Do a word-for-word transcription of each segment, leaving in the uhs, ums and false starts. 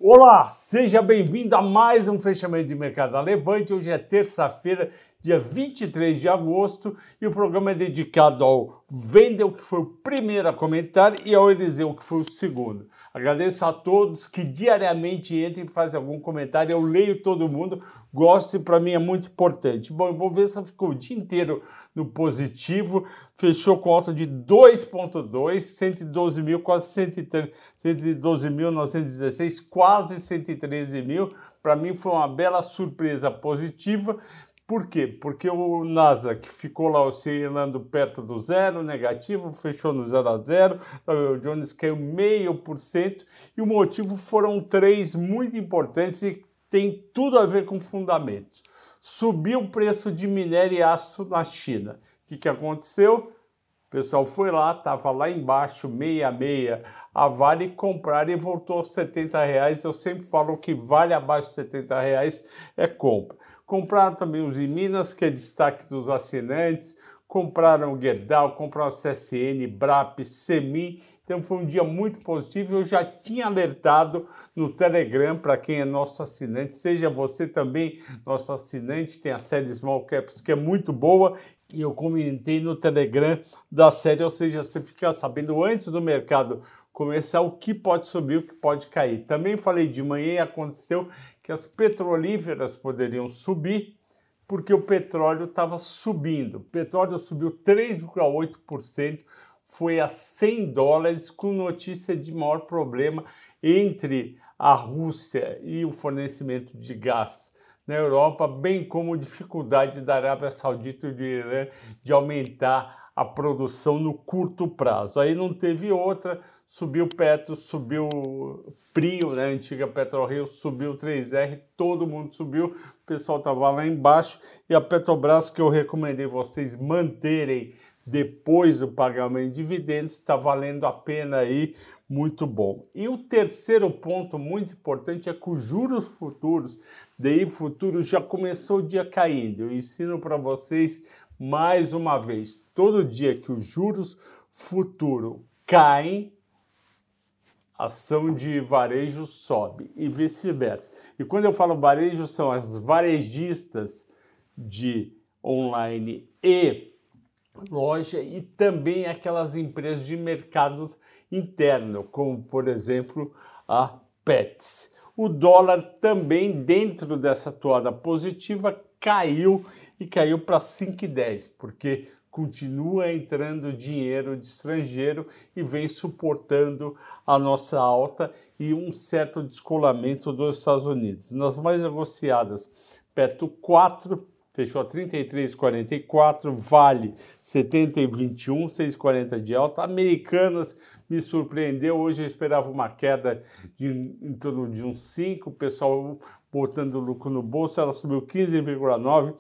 Olá, seja bem-vindo a mais um fechamento de mercado da Levante. Hoje é terça-feira, dia vinte e três de agosto, e o programa é dedicado ao Wendel, que foi o primeiro a comentar, e ao Eliseu, que foi o segundo. Agradeço a todos que diariamente entram e fazem algum comentário. Eu leio todo mundo, gosto e para mim é muito importante. Bom, o Bovespa ficou o dia inteiro no positivo, fechou com alta de dois vírgula dois, cento e doze mil, quase cento e doze mil novecentos e dezesseis, quase cento e treze mil. Para mim foi uma bela surpresa positiva. Por quê? Porque o Nasdaq ficou lá oscilando perto do zero, negativo, fechou no zero a zero, o Jones caiu meio por cento, e o motivo foram três muito importantes e tem tudo a ver com fundamentos. Subiu o preço de minério e aço na China. O que, que aconteceu? O pessoal foi lá, estava lá embaixo, meia meia, a Vale comprar e voltou aos setenta reais. Eu sempre falo que vale abaixo de setenta reais é compra. Compraram também os Minas, que é destaque dos assinantes, compraram o Gerdau, compraram a C S N, Brap, Semi. Então foi um dia muito positivo. Eu já tinha alertado no Telegram para quem é nosso assinante, seja você também nosso assinante, tem a série Small Caps que é muito boa, e eu comentei no Telegram da série, ou seja, você fica sabendo antes do mercado começar o que pode subir, o que pode cair. Também falei de manhã e aconteceu que as petrolíferas poderiam subir, porque o petróleo estava subindo. O petróleo subiu três vírgula oito por cento, foi a cem dólares, com notícia de maior problema entre a Rússia e o fornecimento de gás na Europa, bem como dificuldade da Arábia Saudita e do Irã de aumentar a produção no curto prazo. Aí não teve outra, subiu Petro, subiu Prio, né, antiga PetroRio, subiu três R, todo mundo subiu, o pessoal estava lá embaixo, e a Petrobras, que eu recomendei vocês manterem depois do pagamento de dividendos, está valendo a pena aí, muito bom. E o terceiro ponto muito importante é que os juros futuros, D I futuros, já começou o dia caindo. Eu ensino para vocês mais uma vez, todo dia que os juros futuros caem, a ação de varejo sobe e vice-versa. E quando eu falo varejo, são as varejistas de online e loja, e também aquelas empresas de mercado interno, como, por exemplo, a Pets. O dólar também, dentro dessa toada positiva, caiu e caiu para cinco e dez, porque continua entrando dinheiro de estrangeiro e vem suportando a nossa alta e um certo descolamento dos Estados Unidos. Nas mais negociadas, Petro quatro, fechou a trinta e três vírgula quarenta e quatro, Vale setenta e vinte e um, seis vírgula quarenta de alta, Americanas me surpreendeu, hoje eu esperava uma queda de em torno de uns cinco, o pessoal botando lucro no bolso, ela subiu quinze vírgula nove,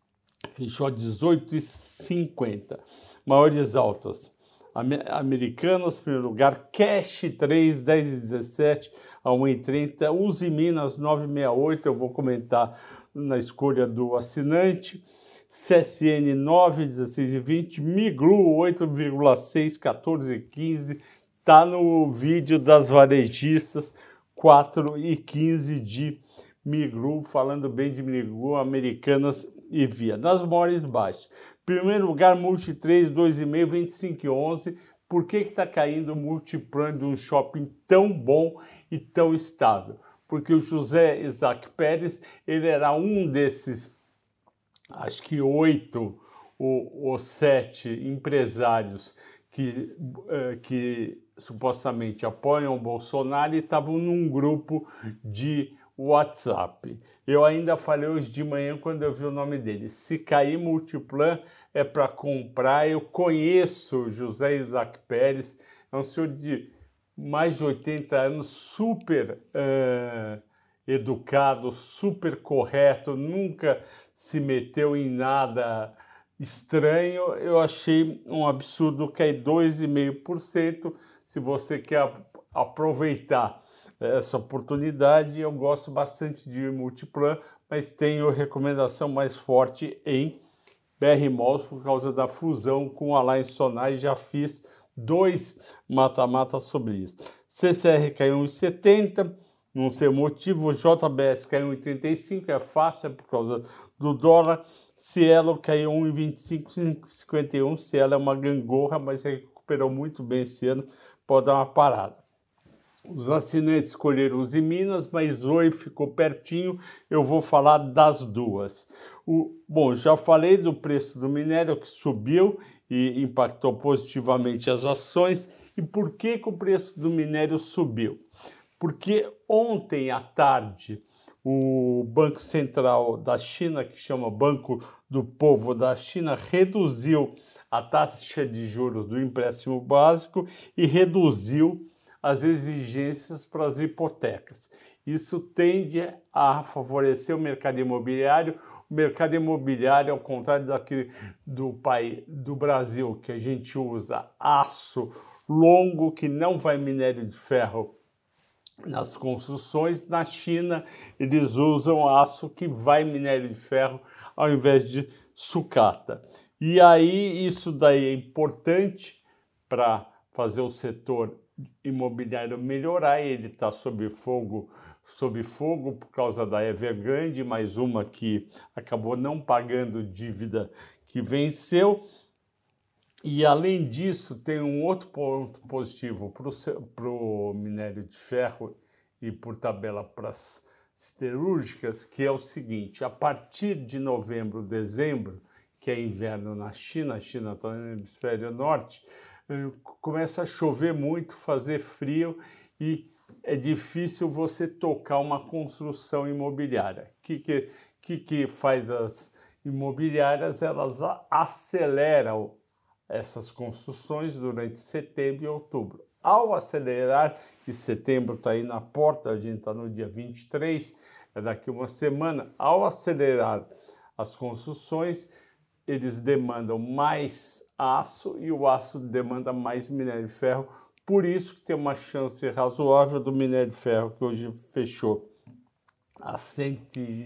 fechou a dezoito vírgula cinquenta. Maiores altas, Americanas, em primeiro lugar, Cash três, dez vírgula dezessete a um vírgula trinta, Uzi Minas nove vírgula sessenta e oito, eu vou comentar na escolha do assinante, C S N nove, dezesseis vírgula vinte, Miglu oito vírgula seis, quatorze vírgula quinze, tá no vídeo das varejistas, quatro vírgula quinze de Miglu, falando bem de Miglu, Americanas e Via. Nas maiores baixas, primeiro lugar, Multi três, dois vírgula cinco, vinte e cinco vírgula onze. Por que está caindo o Multiplan de um shopping tão bom e tão estável? Porque o José Isaac Pérez, ele era um desses, acho que oito ou, ou sete empresários que, uh, que supostamente apoiam o Bolsonaro e estavam num grupo de WhatsApp. Eu ainda falei hoje de manhã quando eu vi o nome dele. Se cair Multiplan é para comprar. Eu conheço o José Isaac Pérez, é um senhor de mais de oitenta anos, super uh, educado, super correto, nunca se meteu em nada estranho. Eu achei um absurdo cair dois vírgula cinco por cento. Se você quer aproveitar essa oportunidade, eu gosto bastante de Multiplan, mas tenho recomendação mais forte em B R Malls por causa da fusão com a Alliance Sonai. Já fiz dois mata-mata sobre isso. C C R caiu um vírgula setenta, não sei o motivo, o J B S caiu um vírgula trinta e cinco, é fácil, é por causa do dólar. Cielo caiu um vírgula vinte e cinco, cinco vírgula cinquenta e um. Cielo é uma gangorra, mas recuperou muito bem esse ano, pode dar uma parada. Os assinantes escolheram os Minas, mas Oi ficou pertinho, eu vou falar das duas. O, bom, já falei do preço do minério que subiu e impactou positivamente as ações. E por que, que o preço do minério subiu? Porque ontem à tarde o Banco Central da China, que chama Banco do Povo da China, reduziu a taxa de juros do empréstimo básico e reduziu as exigências para as hipotecas. Isso tende a favorecer o mercado imobiliário. O mercado imobiliário, ao contrário daquele do, país, do Brasil, que a gente usa aço longo, que não vai minério de ferro nas construções, na China eles usam aço que vai minério de ferro ao invés de sucata. E aí isso daí é importante para fazer o setor imobiliário melhorar, e ele está sob fogo, sob fogo por causa da Evergrande, mais uma que acabou não pagando dívida que venceu. E além disso, tem um outro ponto positivo para o minério de ferro e por tabela para as siderúrgicas, que é o seguinte: a partir de novembro, dezembro, que é inverno na China, a China está no hemisfério norte, começa a chover muito, fazer frio e é difícil você tocar uma construção imobiliária. O que, que, que, que faz as imobiliárias? Elas aceleram essas construções durante setembro e outubro. Ao acelerar, e setembro está aí na porta, a gente está no dia vinte e três, é daqui uma semana, ao acelerar as construções, eles demandam mais aço e o aço demanda mais minério de ferro, por isso que tem uma chance razoável do minério de ferro, que hoje fechou a cento e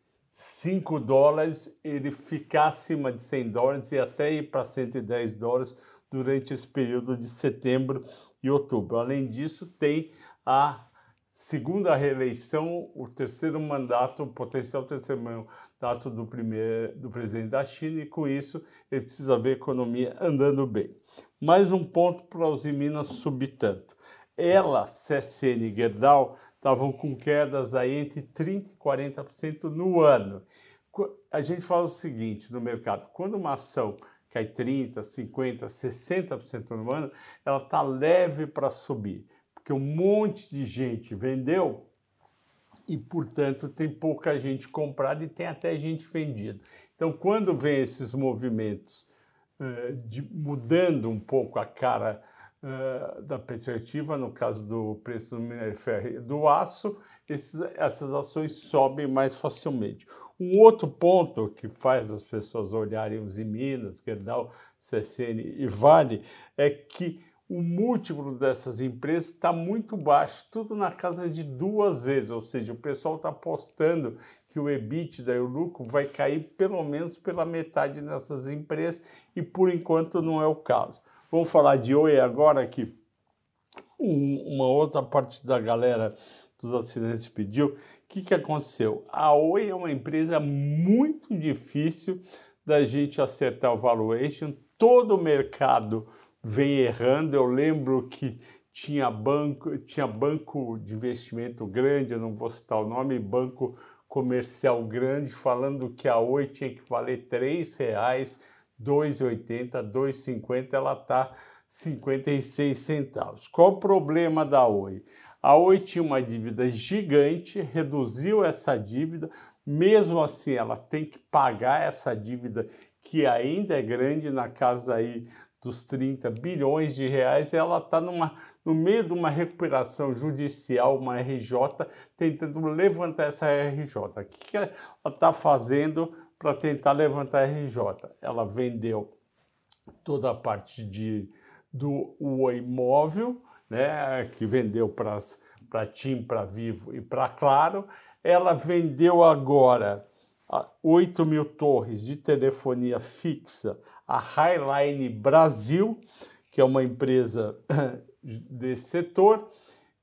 cinco dólares, ele ficar acima de cem dólares e até ir para cento e dez dólares durante esse período de setembro e outubro. Além disso, tem a segunda reeleição, o terceiro mandato, o potencial terceiro mandato do, primeiro, do presidente da China, e com isso ele precisa ver a economia andando bem. Mais um ponto para os Minas subir tanto. Ela, C S N e Gerdau, estavam com quedas aí entre trinta por cento e quarenta por cento no ano. A gente fala o seguinte no mercado: quando uma ação cai trinta por cento, cinquenta por cento, sessenta por cento no ano, ela está leve para subir, porque um monte de gente vendeu e, portanto, tem pouca gente comprada e tem até gente vendida. Então, quando vem esses movimentos uh, de, mudando um pouco a cara uh, da perspectiva, no caso do preço do minério de ferro e do aço, esses, essas ações sobem mais facilmente. Um outro ponto que faz as pessoas olharem os Minas, Gerdau, C S N e Vale, é que o múltiplo dessas empresas está muito baixo, tudo na casa de duas vezes, ou seja, o pessoal está apostando que o EBITDA e o lucro vai cair pelo menos pela metade nessas empresas, e por enquanto não é o caso. Vamos falar de Oi agora, que um, uma outra parte da galera dos assinantes pediu. O que, que aconteceu? A Oi é uma empresa muito difícil da gente acertar o valuation, todo o mercado vem errando. Eu lembro que tinha banco, tinha banco de investimento grande, eu não vou citar o nome, banco comercial grande, falando que a Oi tinha que valer três reais, dois reais e oitenta centavos, dois reais e cinquenta centavos, ela está cinquenta e seis centavos. Qual o problema da Oi? A Oi tinha uma dívida gigante, reduziu essa dívida, mesmo assim ela tem que pagar essa dívida que ainda é grande, na casa aí dos trinta bilhões de reais, e ela está no meio de uma recuperação judicial, uma R J, tentando levantar essa R J. O que ela está fazendo para tentar levantar a R J? Ela vendeu toda a parte de, do Oi Móvel, né, que vendeu para a TIM, para Vivo e para Claro. Ela vendeu agora oito mil torres de telefonia fixa a Highline Brasil, que é uma empresa desse setor,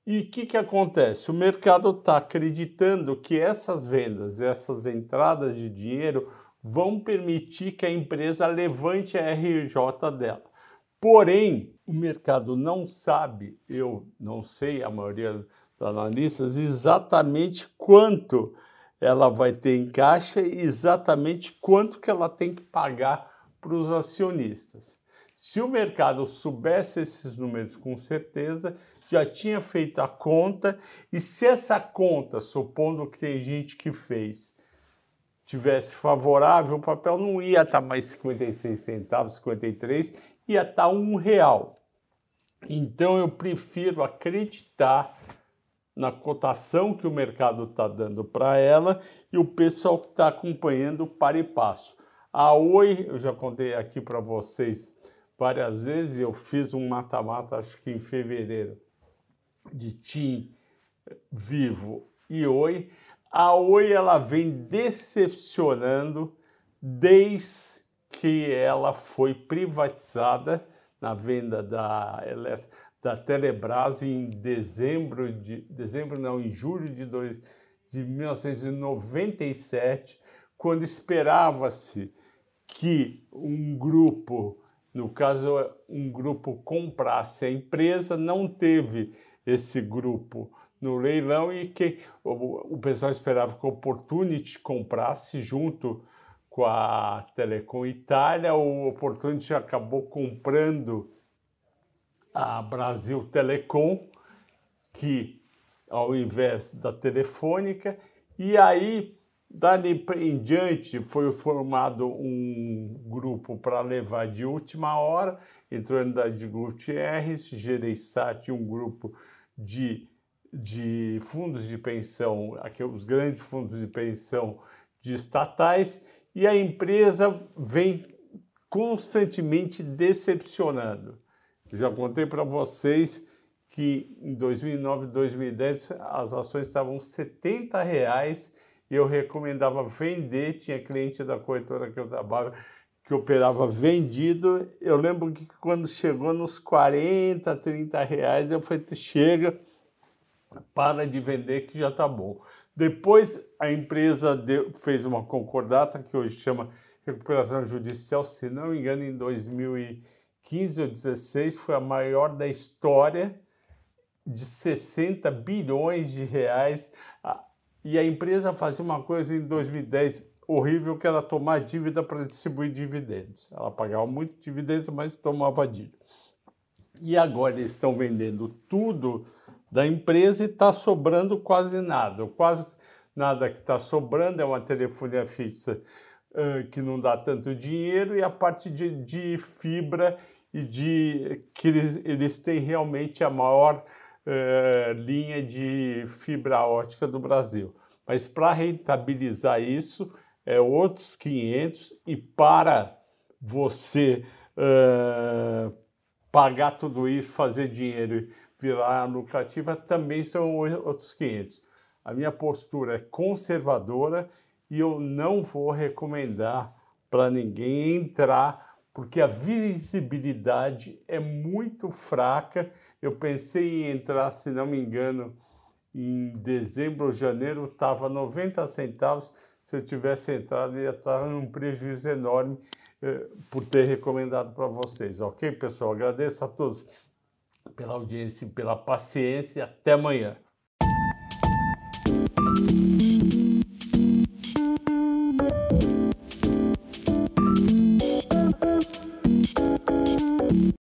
E o que, que acontece? O mercado está acreditando que essas vendas, essas entradas de dinheiro vão permitir que a empresa levante a R J dela. Porém, o mercado não sabe, eu não sei, a maioria dos analistas, exatamente quanto ela vai ter em caixa e exatamente quanto que ela tem que pagar para os acionistas. Se o mercado soubesse esses números com certeza, já tinha feito a conta, e se essa conta, supondo que tem gente que fez, tivesse favorável, o papel não ia estar mais cinquenta e seis centavos, cinquenta e três, ia estar um real. Então eu prefiro acreditar na cotação que o mercado está dando para ela e o pessoal que está acompanhando para e passo. A Oi, eu já contei aqui para vocês várias vezes, eu fiz um mata-mata, acho que em fevereiro, de TIM, Vivo e Oi. A Oi ela vem decepcionando desde que ela foi privatizada na venda da, da Telebrás em dezembro de dezembro não, em julho de, dois, de mil novecentos e noventa e sete, quando esperava-se que um grupo, no caso um grupo, comprasse a empresa, não teve esse grupo no leilão e que o, o pessoal esperava que a Opportunity comprasse junto com a Telecom Itália. O Opportunity acabou comprando a Brasil Telecom, que ao invés da Telefônica, e aí dali em diante foi formado um grupo para levar de última hora, entrou a de Gutierrez, Gereissati, um grupo de de fundos de pensão, aqui os grandes fundos de pensão de estatais, e a empresa vem constantemente decepcionando. Eu já contei para vocês que em dois mil e nove, dois mil e dez as ações estavam setenta reais e eu recomendava vender, tinha cliente da corretora que eu trabalho que operava vendido. Eu lembro que quando chegou nos quarenta, trinta reais, eu falei, chega, para de vender que já está bom. Depois a empresa deu, fez uma concordata que hoje chama recuperação judicial, se não me engano, em dois mil e quinze ou dezesseis, foi a maior da história, de sessenta bilhões de reais. E a empresa fazia uma coisa em dois mil e dez horrível, que era tomar dívida para distribuir dividendos. Ela pagava muito dividendos, mas tomava dívida. E agora eles estão vendendo tudo da empresa e está sobrando quase nada. Quase nada que está sobrando é uma telefonia fixa uh, que não dá tanto dinheiro, e a parte de, de fibra e de que eles, eles têm realmente a maior uh, linha de fibra ótica do Brasil. Mas para rentabilizar isso é outros quinhentos, e para você uh, pagar tudo isso, fazer dinheiro virar lucrativa, também são outros quinhentos. A minha postura é conservadora e eu não vou recomendar para ninguém entrar, porque a visibilidade é muito fraca. Eu pensei em entrar, se não me engano, em dezembro ou janeiro, estava noventa centavos. Se eu tivesse entrado, ia estar num prejuízo enorme eh, por ter recomendado para vocês. Ok, pessoal? Agradeço a todos pela audiência e pela paciência. Até amanhã.